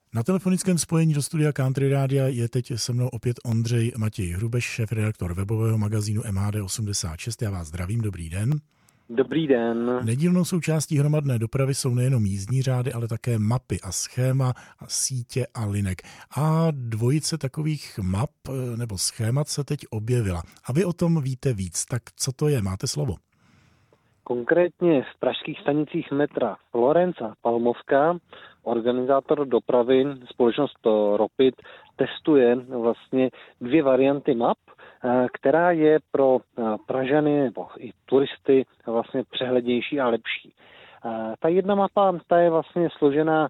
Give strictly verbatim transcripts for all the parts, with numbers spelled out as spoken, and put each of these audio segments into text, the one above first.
Na telefonickém spojení do studia Country Rádia je teď se mnou opět Ondřej Matěj Hrubeš, šéfredaktor webového magazínu M H D osmdesát šest. Já vás zdravím, dobrý den. Dobrý den. Nedílnou součástí hromadné dopravy jsou nejenom jízdní řády, ale také mapy a schéma, a sítě a linek. A dvojice takových map nebo schémat se teď objevila. A vy o tom víte víc, tak co to je? Máte slovo. Konkrétně v pražských stanicích metra Florenc a Palmovská organizátor dopravy, společnost Ropit, testuje vlastně dvě varianty map, která je pro Pražany nebo i turisty vlastně přehlednější a lepší. Ta jedna mapa, ta je vlastně složená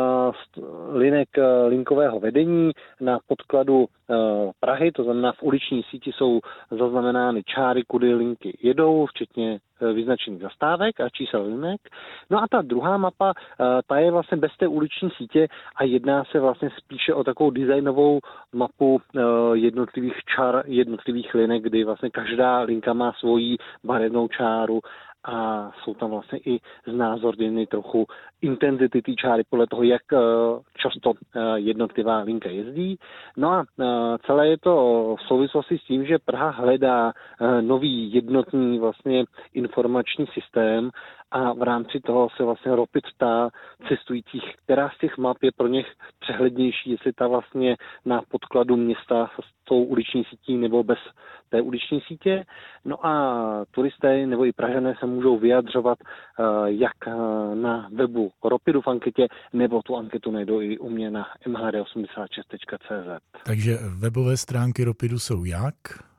z linek linkového vedení na podkladu Prahy, to znamená v uliční síti jsou zaznamenány čáry, kudy linky jedou, včetně vyznačených zastávek a čísel linek. No a ta druhá mapa, ta je vlastně bez té uliční sítě a jedná se vlastně spíše o takovou designovou mapu jednotlivých čár, jednotlivých linek, kdy vlastně každá linka má svoji barevnou čáru a jsou tam vlastně i znázorněny trochu intenzity té čáry podle toho, jak často jednotlivá linka jezdí. No a celé je to v souvislosti s tím, že Praha hledá nový jednotný vlastně informační systém a v rámci toho se vlastně Ropit ptá cestujících, která z těch map je pro ně přehlednější, jestli ta vlastně na podkladu města s tou uliční sítí nebo bez té uliční sítě. No a turisté nebo i Pražané se můžou vyjadřovat jak na webu Ropidu v anketě, nebo tu anketu najdou i u mě na m h d osmdesát šest tečka c z. Takže webové stránky Ropidu jsou jak?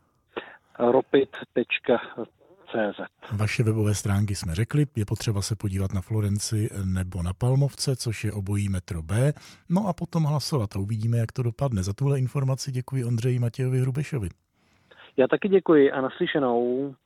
ropid tečka c z. Vaše webové stránky jsme řekli, je potřeba se podívat na Florenci nebo na Palmovce, což je obojí metro B, no a potom hlasovat a uvidíme, jak to dopadne. Za tuhle informaci děkuji Ondřeji Matějovi Hrubešovi. Já taky děkuji a naslyšenou.